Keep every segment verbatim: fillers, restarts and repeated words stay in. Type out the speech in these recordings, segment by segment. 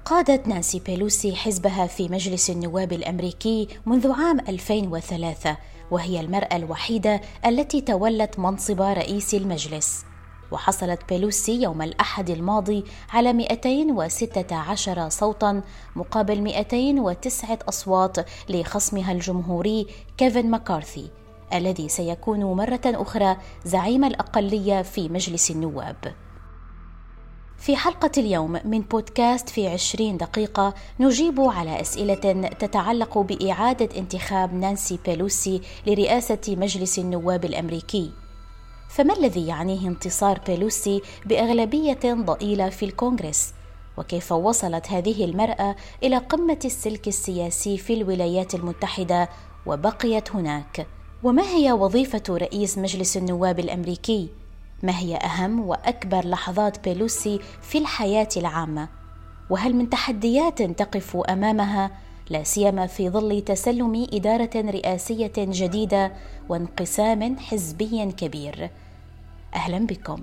قادت نانسي بيلوسي حزبها في مجلس النواب الأمريكي منذ عام ألفين وثلاثة، وهي المرأة الوحيدة التي تولت منصب رئيس المجلس. وحصلت بيلوسي يوم الأحد الماضي على مئتين وستة عشر صوتاً مقابل مئتين وتسعة أصوات لخصمها الجمهوري كيفن ماكارثي، الذي سيكون مرة أخرى زعيم الأقلية في مجلس النواب. في حلقة اليوم من بودكاست في عشرين دقيقة نجيب على أسئلة تتعلق بإعادة انتخاب نانسي بيلوسي لرئاسة مجلس النواب الأمريكي. فما الذي يعنيه انتصار بيلوسي بأغلبية ضئيلة في الكونغرس؟ وكيف وصلت هذه المرأة إلى قمة السلك السياسي في الولايات المتحدة وبقيت هناك؟ وما هي وظيفة رئيس مجلس النواب الأمريكي؟ ما هي أهم وأكبر لحظات بيلوسي في الحياة العامة؟ وهل من تحديات تقف أمامها لا سيما في ظل تسلم إدارة رئاسية جديدة وانقسام حزبي كبير؟ أهلا بكم.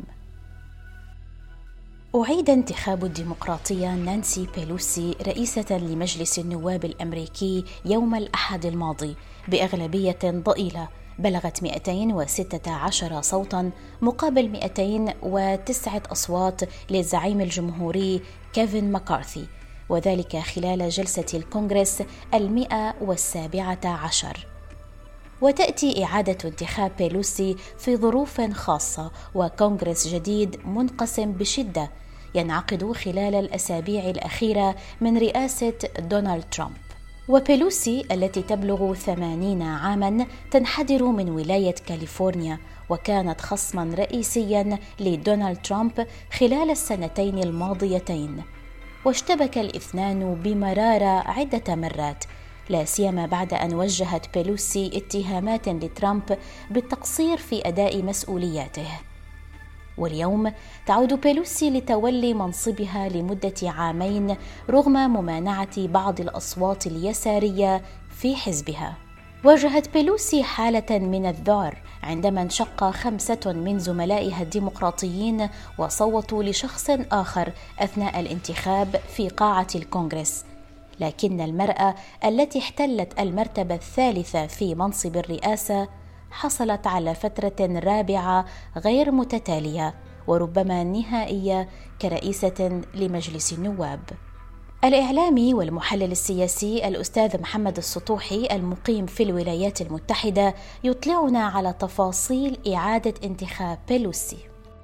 أعيد انتخاب الديمقراطية نانسي بيلوسي رئيسة لمجلس النواب الأمريكي يوم الأحد الماضي بأغلبية ضئيلة بلغت مئتين وستة عشر صوتاً مقابل مئتين وتسعة أصوات للزعيم الجمهوري كيفن ماكارثي، وذلك خلال جلسة الكونغرس المئة والسابعة عشر. وتأتي إعادة انتخاب بيلوسي في ظروف خاصة وكونغرس جديد منقسم بشدة ينعقد خلال الأسابيع الأخيرة من رئاسة دونالد ترامب. وبيلوسي التي تبلغ ثمانين عاماً تنحدر من ولاية كاليفورنيا، وكانت خصماً رئيسياً لدونالد ترامب خلال السنتين الماضيتين، واشتبك الاثنان بمرارة عدة مرات، لا سيما بعد أن وجهت بيلوسي اتهامات لترامب بالتقصير في أداء مسؤولياته. واليوم تعود بيلوسي لتولي منصبها لمدة عامين رغم ممانعة بعض الأصوات اليسارية في حزبها. واجهت بيلوسي حالة من الذعر عندما انشق خمسة من زملائها الديمقراطيين وصوتوا لشخص آخر أثناء الانتخاب في قاعة الكونغرس، لكن المرأة التي احتلت المرتبة الثالثة في منصب الرئاسة حصلت على فترة رابعة غير متتالية وربما نهائية كرئيسة لمجلس النواب. الإعلامي والمحلل السياسي الأستاذ محمد السطوحي المقيم في الولايات المتحدة يطلعنا على تفاصيل إعادة انتخاب بيلوسي.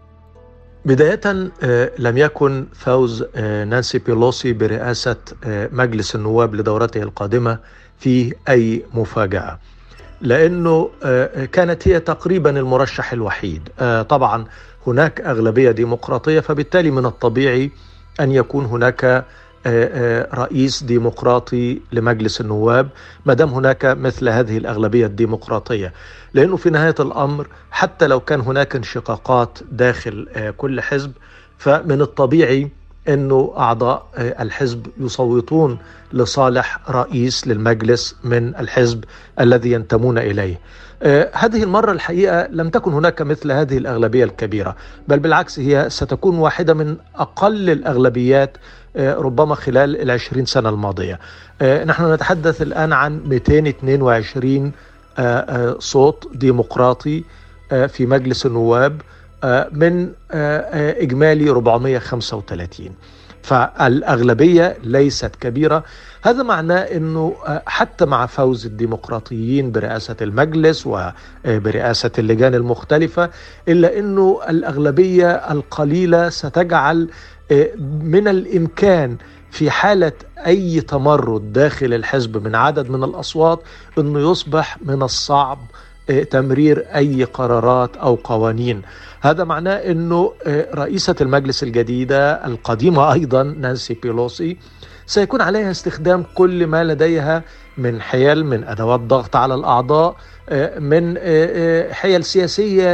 بداية لم يكن فوز نانسي بيلوسي برئاسة مجلس النواب لدورته القادمة فيه أي مفاجأة، لأنه كانت هي تقريبا المرشح الوحيد. طبعا هناك أغلبية ديمقراطية، فبالتالي من الطبيعي أن يكون هناك رئيس ديمقراطي لمجلس النواب ما دام هناك مثل هذه الأغلبية الديمقراطية، لأنه في نهاية الأمر حتى لو كان هناك انشقاقات داخل كل حزب فمن الطبيعي أنه أعضاء الحزب يصوتون لصالح رئيس للمجلس من الحزب الذي ينتمون إليه. هذه المرة الحقيقة لم تكن هناك مثل هذه الأغلبية الكبيرة، بل بالعكس هي ستكون واحدة من أقل الأغلبيات ربما خلال العشرين سنة الماضية. نحن نتحدث الآن عن مئتين واثنين وعشرين صوت ديمقراطي في مجلس النواب من إجمالي أربعمئة وخمسة وثلاثين، فالأغلبية ليست كبيرة. هذا معناه أنه حتى مع فوز الديمقراطيين برئاسة المجلس وبرئاسة اللجان المختلفة، إلا أنه الأغلبية القليلة ستجعل من الإمكان في حالة أي تمرد داخل الحزب من عدد من الأصوات أنه يصبح من الصعب تمرير أي قرارات أو قوانين. هذا معناه أنه رئيسة المجلس الجديدة القديمة أيضا نانسي بيلوسي سيكون عليها استخدام كل ما لديها من حيل، من أدوات ضغط على الأعضاء، من حيل سياسية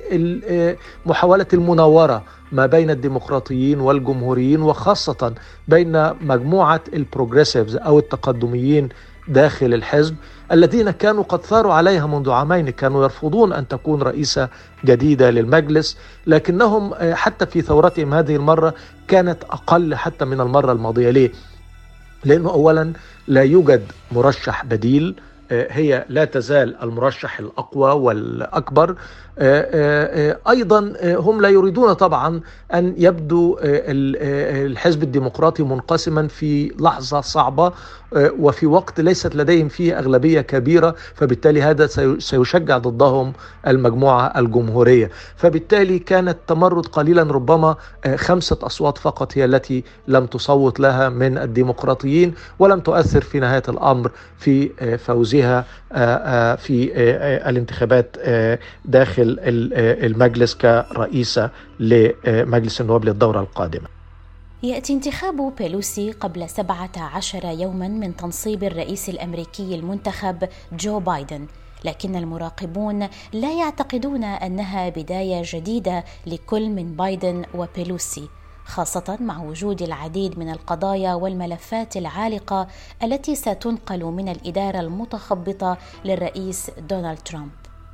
لمحاولة المناورة ما بين الديمقراطيين والجمهوريين، وخاصة بين مجموعة البروغريسيفز أو التقدميين داخل الحزب الذين كانوا قد ثاروا عليها منذ عامين، كانوا يرفضون أن تكون رئيسة جديدة للمجلس، لكنهم حتى في ثورتهم هذه المرة كانت أقل حتى من المرة الماضية. ليه؟ لأنه أولا لا يوجد مرشح بديل، هي لا تزال المرشح الأقوى والأكبر. أيضا هم لا يريدون طبعا أن يبدو الحزب الديمقراطي منقسما في لحظة صعبة وفي وقت ليست لديهم فيه أغلبية كبيرة، فبالتالي هذا سيشجع ضدهم المجموعة الجمهورية. فبالتالي كان التمرد قليلا، ربما خمسة أصوات فقط هي التي لم تصوت لها من الديمقراطيين، ولم تؤثر في نهاية الأمر في فوزها في الانتخابات داخل المجلس كرئيسة لمجلس النواب للدورة القادمة. يأتي انتخاب بيلوسي قبل سبعة عشر يوما من تنصيب الرئيس الأمريكي المنتخب جو بايدن، لكن المراقبون لا يعتقدون أنها بداية جديدة لكل من بايدن وبيلوسي، خاصة مع وجود العديد من القضايا والملفات العالقة التي ستنقل من الإدارة المتخبطة للرئيس دونالد ترامب.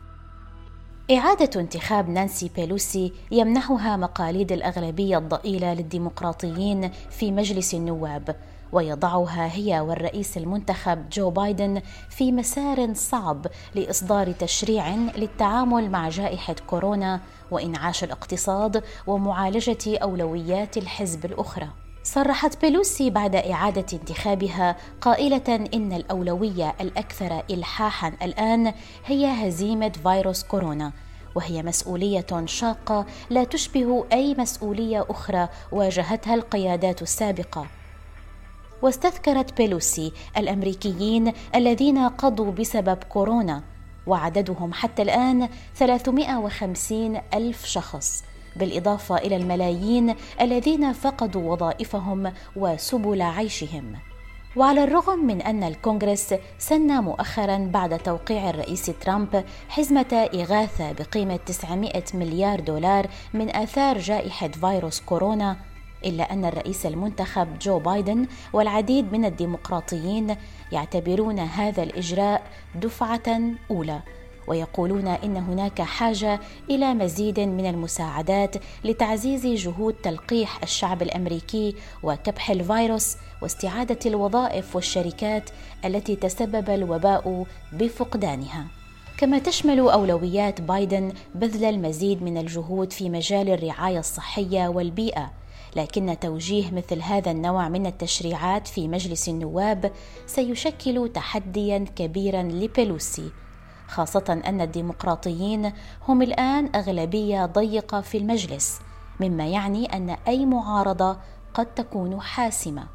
إعادة انتخاب نانسي بيلوسي يمنحها مقاليد الأغلبية الضئيلة للديمقراطيين في مجلس النواب، ويضعها هي والرئيس المنتخب جو بايدن في مسار صعب لإصدار تشريع للتعامل مع جائحة كورونا وإنعاش الاقتصاد ومعالجة أولويات الحزب الأخرى. صرحت بيلوسي بعد إعادة انتخابها قائلة إن الأولوية الأكثر إلحاحاً الآن هي هزيمة فيروس كورونا، وهي مسؤولية شاقة لا تشبه أي مسؤولية أخرى واجهتها القيادات السابقة. واستذكرت بيلوسي الأمريكيين الذين قضوا بسبب كورونا، وعددهم حتى الآن ثلاثمائة وخمسين ألف شخص، بالإضافة إلى الملايين الذين فقدوا وظائفهم وسبل عيشهم. وعلى الرغم من أن الكونغرس سن مؤخرا بعد توقيع الرئيس ترامب حزمة إغاثة بقيمة تسعمائة مليار دولار من آثار جائحة فيروس كورونا، إلا أن الرئيس المنتخب جو بايدن والعديد من الديمقراطيين يعتبرون هذا الإجراء دفعة أولى، ويقولون إن هناك حاجة إلى مزيد من المساعدات لتعزيز جهود تلقيح الشعب الأمريكي وكبح الفيروس واستعادة الوظائف والشركات التي تسبب الوباء بفقدانها. كما تشمل أولويات بايدن بذل المزيد من الجهود في مجال الرعاية الصحية والبيئة، لكن توجيه مثل هذا النوع من التشريعات في مجلس النواب سيشكل تحدياً كبيراً لبيلوسي، خاصة أن الديمقراطيين هم الآن أغلبية ضيقة في المجلس، مما يعني أن أي معارضة قد تكون حاسمة.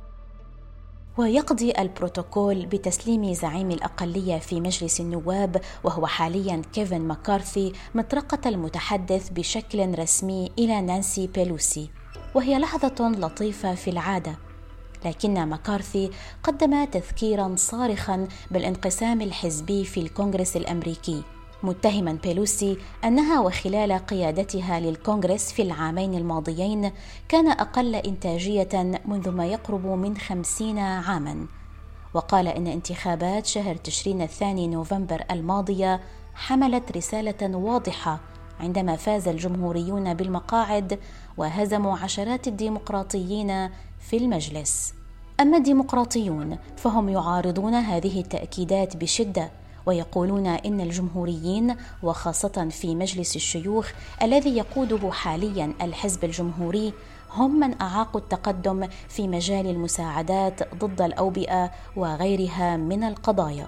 ويقضي البروتوكول بتسليم زعيم الأقلية في مجلس النواب وهو حالياً كيفن ماكارثي مطرقة المتحدث بشكل رسمي إلى نانسي بيلوسي، وهي لحظة لطيفة في العادة، لكن ماكارثي قدم تذكيراً صارخاً بالانقسام الحزبي في الكونغرس الأمريكي، متهماً بيلوسي أنها وخلال قيادتها للكونغرس في العامين الماضيين كان أقل إنتاجية منذ ما يقرب من خمسين عاماً. وقال إن انتخابات شهر تشرين الثاني نوفمبر الماضية حملت رسالة واضحة عندما فاز الجمهوريون بالمقاعد وهزموا عشرات الديمقراطيين في المجلس. أما الديمقراطيون فهم يعارضون هذه التأكيدات بشدة، ويقولون إن الجمهوريين وخاصة في مجلس الشيوخ الذي يقوده حاليا الحزب الجمهوري هم من أعاقوا التقدم في مجال المساعدات ضد الأوبئة وغيرها من القضايا.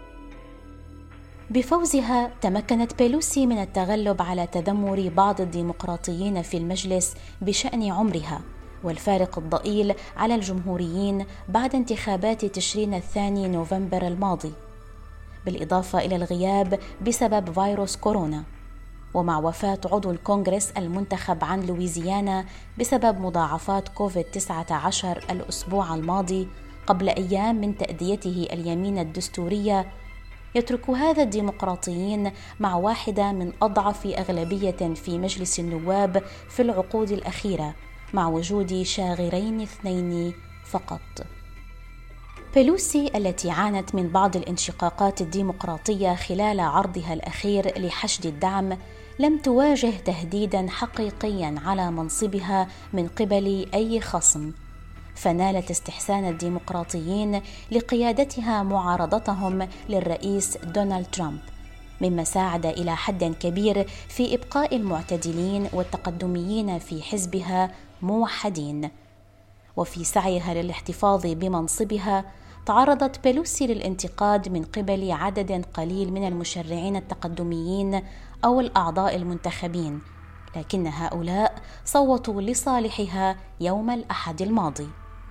بفوزها تمكنت بيلوسي من التغلب على تذمر بعض الديمقراطيين في المجلس بشأن عمرها والفارق الضئيل على الجمهوريين بعد انتخابات تشرين الثاني نوفمبر الماضي، بالإضافة إلى الغياب بسبب فيروس كورونا، ومع وفاة عضو الكونغرس المنتخب عن لويزيانا بسبب مضاعفات كوفيد تسعة عشر الأسبوع الماضي قبل أيام من تأديته اليمين الدستورية. يترك هذا الديمقراطيين مع واحدة من أضعف أغلبية في مجلس النواب في العقود الأخيرة، مع وجود شاغرين اثنين فقط. بيلوسي التي عانت من بعض الانشقاقات الديمقراطية خلال عرضها الأخير لحشد الدعم لم تواجه تهديداً حقيقياً على منصبها من قبل أي خصم، فنالت استحسان الديمقراطيين لقيادتها معارضتهم للرئيس دونالد ترامب، مما ساعد إلى حد كبير في إبقاء المعتدلين والتقدميين في حزبها موحدين. وفي سعيها للاحتفاظ بمنصبها تعرضت بيلوسي للانتقاد من قبل عدد قليل من المشرعين التقدميين أو الأعضاء المنتخبين، لكن هؤلاء صوتوا لصالحها يوم الأحد الماضي.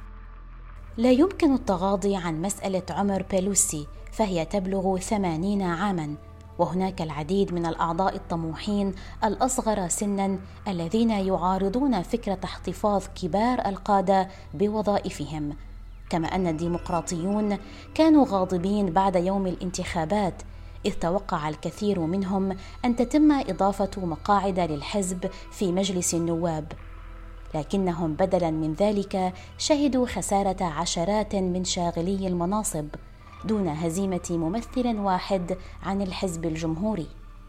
لا يمكن التغاضي عن مسألة عمر بيلوسي، فهي تبلغ ثمانين عاماً، وهناك العديد من الأعضاء الطموحين الأصغر سناً الذين يعارضون فكرة احتفاظ كبار القادة بوظائفهم، كما أن الديمقراطيون كانوا غاضبين بعد يوم الانتخابات، إذ توقع الكثير منهم أن تتم إضافة مقاعد للحزب في مجلس النواب، لكنهم بدلاً من ذلك شهدوا خسارة عشرات من شاغلي المناصب دون هزيمة ممثل واحد عن الحزب الجمهوري.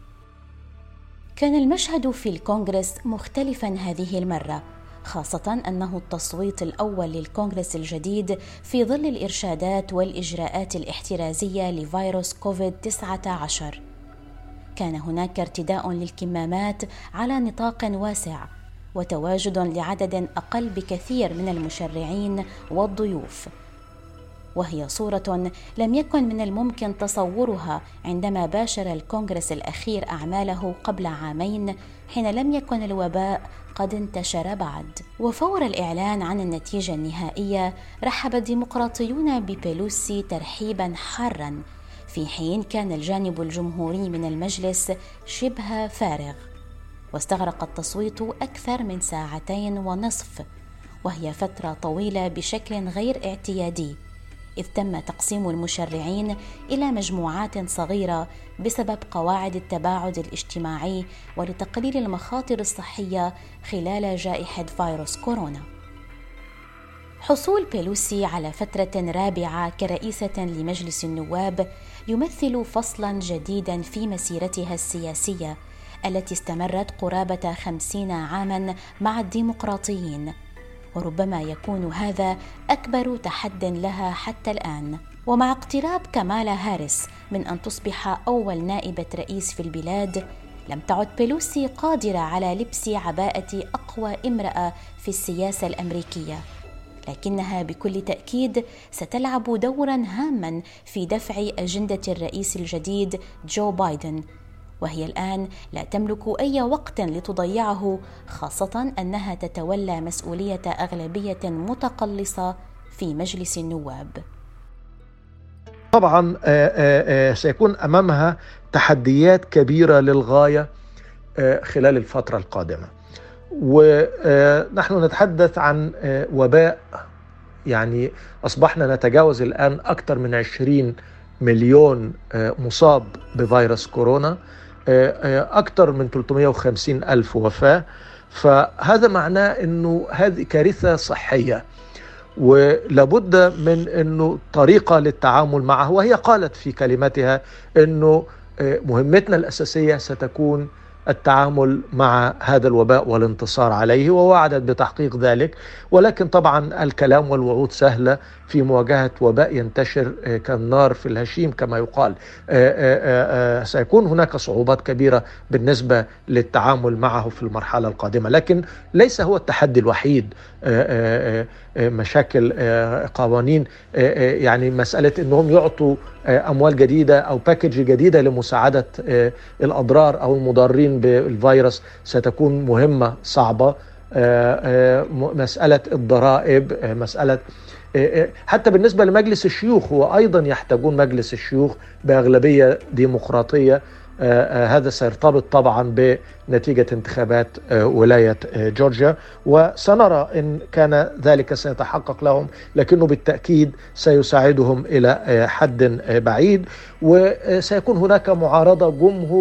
كان المشهد في الكونغرس مختلفاً هذه المرة، خاصة أنه التصويت الأول للكونغرس الجديد في ظل الإرشادات والإجراءات الاحترازية لفيروس كوفيد تسعة عشر. كان هناك ارتداء للكمامات على نطاق واسع، وتواجد لعدد أقل بكثير من المشرعين والضيوف، وهي صورة لم يكن من الممكن تصورها عندما باشر الكونغرس الأخير أعماله قبل عامين، حين لم يكن الوباء قد انتشر بعد. وفور الإعلان عن النتيجة النهائية رحب الديمقراطيون ببيلوسي ترحيبا حارا، في حين كان الجانب الجمهوري من المجلس شبه فارغ، واستغرق التصويت أكثر من ساعتين ونصف، وهي فترة طويلة بشكل غير اعتيادي، إذ تم تقسيم المشرعين إلى مجموعات صغيرة بسبب قواعد التباعد الاجتماعي ولتقليل المخاطر الصحية خلال جائحة فيروس كورونا. حصول بيلوسي على فترة رابعة كرئيسة لمجلس النواب يمثل فصلاً جديداً في مسيرتها السياسية التي استمرت قرابة خمسين عاماً مع الديمقراطيين، وربما يكون هذا أكبر تحد لها حتى الآن. ومع اقتراب كامالا هاريس من أن تصبح أول نائبة رئيس في البلاد، لم تعد بيلوسي قادرة على لبس عباءة أقوى امرأة في السياسة الأمريكية، لكنها بكل تأكيد ستلعب دوراً هاماً في دفع أجندة الرئيس الجديد جو بايدن، وهي الآن لا تملك أي وقت لتضيعه، خاصة أنها تتولى مسؤولية أغلبية متقلصة في مجلس النواب. طبعا سيكون أمامها تحديات كبيرة للغاية خلال الفترة القادمة، ونحن نتحدث عن وباء، يعني أصبحنا نتجاوز الآن أكثر من عشرين مليون مصاب بفيروس كورونا، أكثر من ثلاثمائة وخمسين ألف وفاة، فهذا معناه أنه هذه كارثة صحية ولابد من أنه طريقة للتعامل معه. وهي قالت في كلمتها أنه مهمتنا الأساسية ستكون التعامل مع هذا الوباء والانتصار عليه، ووعدت بتحقيق ذلك. ولكن طبعا الكلام والوعود سهلة في مواجهة وباء ينتشر كالنار في الهشيم كما يقال. سيكون هناك صعوبات كبيرة بالنسبة للتعامل معه في المرحلة القادمة، لكن ليس هو التحدي الوحيد. مشاكل قوانين، يعني مسألة أنهم يعطوا أموال جديدة أو باكج جديدة لمساعدة الأضرار أو المضارين بالفيروس ستكون مهمة صعبة. مسألة الضرائب، مسألة حتى بالنسبة لمجلس الشيوخ، هو أيضا يحتاجون مجلس الشيوخ بأغلبية ديمقراطية. آه هذا سيرتبط طبعا بنتيجة انتخابات آه ولاية آه جورجيا، وسنرى إن كان ذلك سيتحقق لهم، لكنه بالتأكيد سيساعدهم إلى آه حد آه بعيد. وسيكون هناك معارضة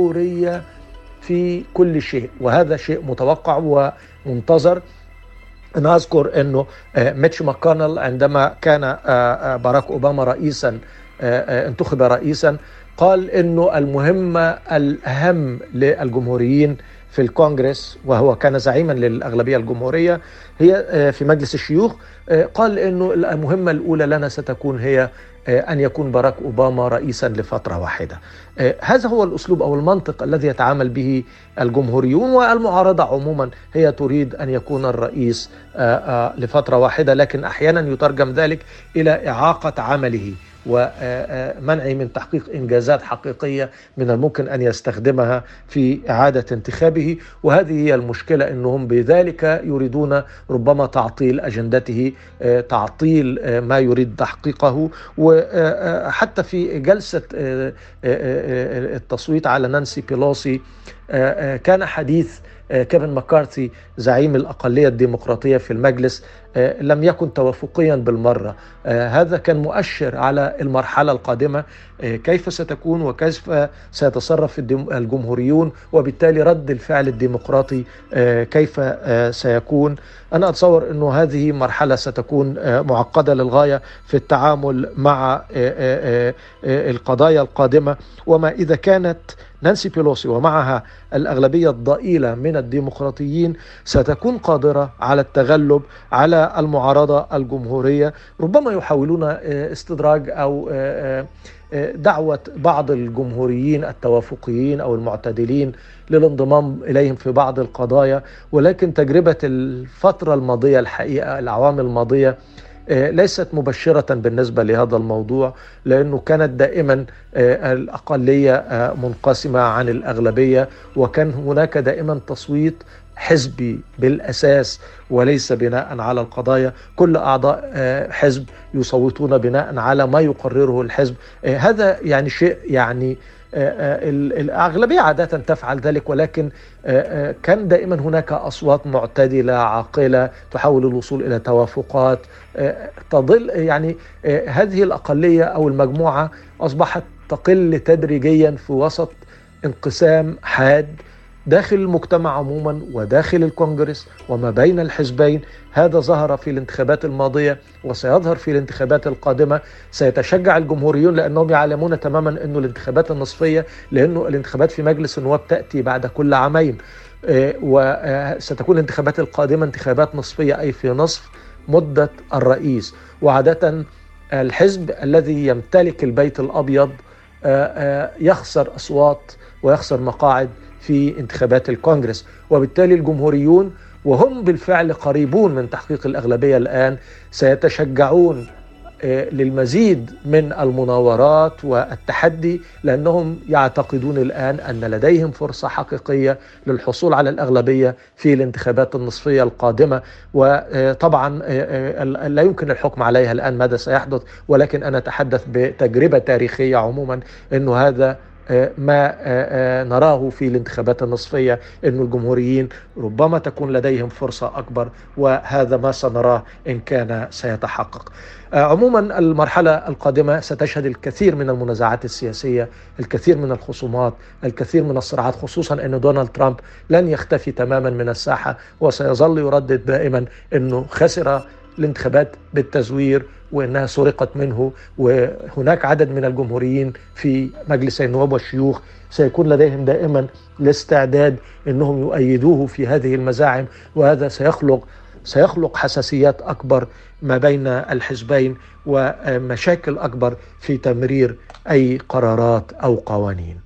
جمهورية في كل شيء، وهذا شيء متوقع ومنتظر. أنا أذكر أنه ميتش ماكونيل عندما كان باراك أوباما رئيسا انتخب رئيسا قال أنه المهمة الأهم للجمهوريين في الكونغرس، وهو كان زعيما للأغلبية الجمهورية هي في مجلس الشيوخ، قال أنه المهمة الأولى لنا ستكون هي أن يكون باراك أوباما رئيسا لفترة واحدة. هذا هو الأسلوب أو المنطق الذي يتعامل به الجمهوريون، والمعارضة عموما هي تريد أن يكون الرئيس لفترة واحدة، لكن أحيانا يترجم ذلك إلى إعاقة عمله ومنعه من تحقيق إنجازات حقيقية من الممكن أن يستخدمها في إعادة انتخابه. وهذه هي المشكلة، أنهم بذلك يريدون ربما تعطيل أجندته، تعطيل ما يريد تحقيقه. وحتى في جلسة التصويت على نانسي بيلوسي كان حديث كيفن ماكارثي زعيم الأقلية الديمقراطية في المجلس لم يكن توافقيا بالمرة. هذا كان مؤشر على المرحلة القادمة كيف ستكون وكيف سيتصرف الجمهوريون، وبالتالي رد الفعل الديمقراطي كيف سيكون. أنا أتصور أنه هذه مرحلة ستكون معقدة للغاية في التعامل مع القضايا القادمة. وما إذا كانت نانسي بيلوسي ومعها الأغلبية الضئيلة من الديمقراطيين ستكون قادرة على التغلب على المعارضة الجمهورية، ربما يحاولون استدراج أو دعوة بعض الجمهوريين التوافقيين أو المعتدلين للانضمام إليهم في بعض القضايا. ولكن تجربة الفترة الماضية الحقيقة الأعوام الماضية ليست مبشرة بالنسبة لهذا الموضوع، لأنه كانت دائما الأقلية منقسمة عن الأغلبية، وكان هناك دائما تصويت حزبي بالأساس وليس بناء على القضايا. كل أعضاء حزب يصوتون بناء على ما يقرره الحزب. هذا يعني شيء يعني الأغلبية عادة تفعل ذلك، ولكن كان دائما هناك أصوات معتدلة عاقلة تحاول الوصول إلى توافقات تظل. يعني هذه الأقلية أو المجموعة أصبحت تقل تدريجيا في وسط انقسام حاد داخل المجتمع عموما وداخل الكونغرس وما بين الحزبين. هذا ظهر في الانتخابات الماضية وسيظهر في الانتخابات القادمة. سيتشجع الجمهوريون لأنهم يعلمون تماما أنه الانتخابات النصفية، لأنه الانتخابات في مجلس النواب تأتي بعد كل عامين، وستكون الانتخابات القادمة انتخابات نصفية أي في نصف مدة الرئيس. وعادة الحزب الذي يمتلك البيت الأبيض يخسر أصوات ويخسر مقاعد في انتخابات الكونغرس، وبالتالي الجمهوريون وهم بالفعل قريبون من تحقيق الأغلبية الآن سيتشجعون للمزيد من المناورات والتحدي، لأنهم يعتقدون الآن أن لديهم فرصة حقيقية للحصول على الأغلبية في الانتخابات النصفية القادمة. وطبعا لا يمكن الحكم عليها الآن ماذا سيحدث، ولكن أنا أتحدث بتجربة تاريخية عموما أنه هذا ما نراه في الانتخابات النصفية، أن الجمهوريين ربما تكون لديهم فرصة أكبر، وهذا ما سنراه إن كان سيتحقق. عموما المرحلة القادمة ستشهد الكثير من المنازعات السياسية، الكثير من الخصومات، الكثير من الصراعات، خصوصا أن دونالد ترامب لن يختفي تماما من الساحة وسيظل يردد دائما أنه خسر الانتخابات بالتزوير وأنها سرقت منه. وهناك عدد من الجمهوريين في مجلس النواب والشيوخ سيكون لديهم دائما الاستعداد أنهم يؤيدوه في هذه المزاعم، وهذا سيخلق سيخلق حساسيات أكبر ما بين الحزبين ومشاكل أكبر في تمرير أي قرارات أو قوانين.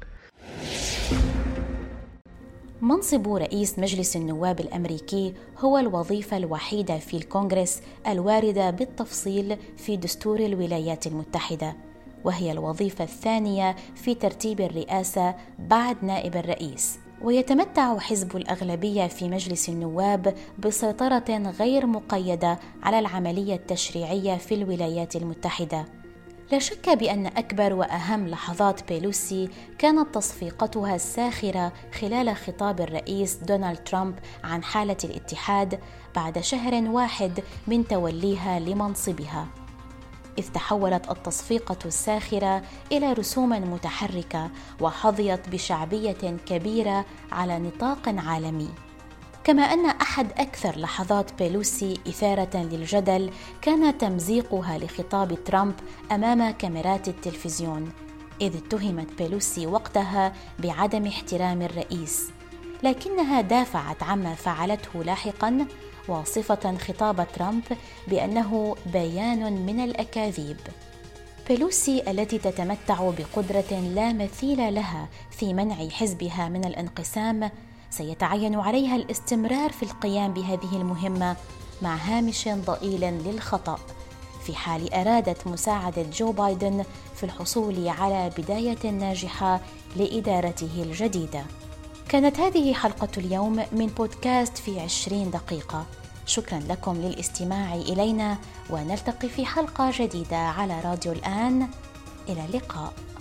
منصب رئيس مجلس النواب الأمريكي هو الوظيفة الوحيدة في الكونغرس الواردة بالتفصيل في دستور الولايات المتحدة، وهي الوظيفة الثانية في ترتيب الرئاسة بعد نائب الرئيس. ويتمتع حزب الأغلبية في مجلس النواب بسيطرة غير مقيدة على العملية التشريعية في الولايات المتحدة. لا شك بأن أكبر وأهم لحظات بيلوسي كانت تصفيقتها الساخرة خلال خطاب الرئيس دونالد ترامب عن حالة الاتحاد بعد شهر واحد من توليها لمنصبها، إذ تحولت التصفيقة الساخرة إلى رسوم متحركة وحظيت بشعبية كبيرة على نطاق عالمي. كما أن أحد أكثر لحظات بيلوسي إثارة للجدل كان تمزيقها لخطاب ترامب أمام كاميرات التلفزيون، إذ اتهمت بيلوسي وقتها بعدم احترام الرئيس، لكنها دافعت عما فعلته لاحقاً، واصفة خطاب ترامب بأنه بيان من الأكاذيب. بيلوسي التي تتمتع بقدرة لا مثيل لها في منع حزبها من الانقسام، سيتعين عليها الاستمرار في القيام بهذه المهمة مع هامش ضئيل للخطأ، في حال أرادت مساعدة جو بايدن في الحصول على بداية ناجحة لإدارته الجديدة. كانت هذه حلقة اليوم من بودكاست في عشرين دقيقة. شكرا لكم للاستماع إلينا، ونلتقي في حلقة جديدة على راديو الآن. إلى اللقاء.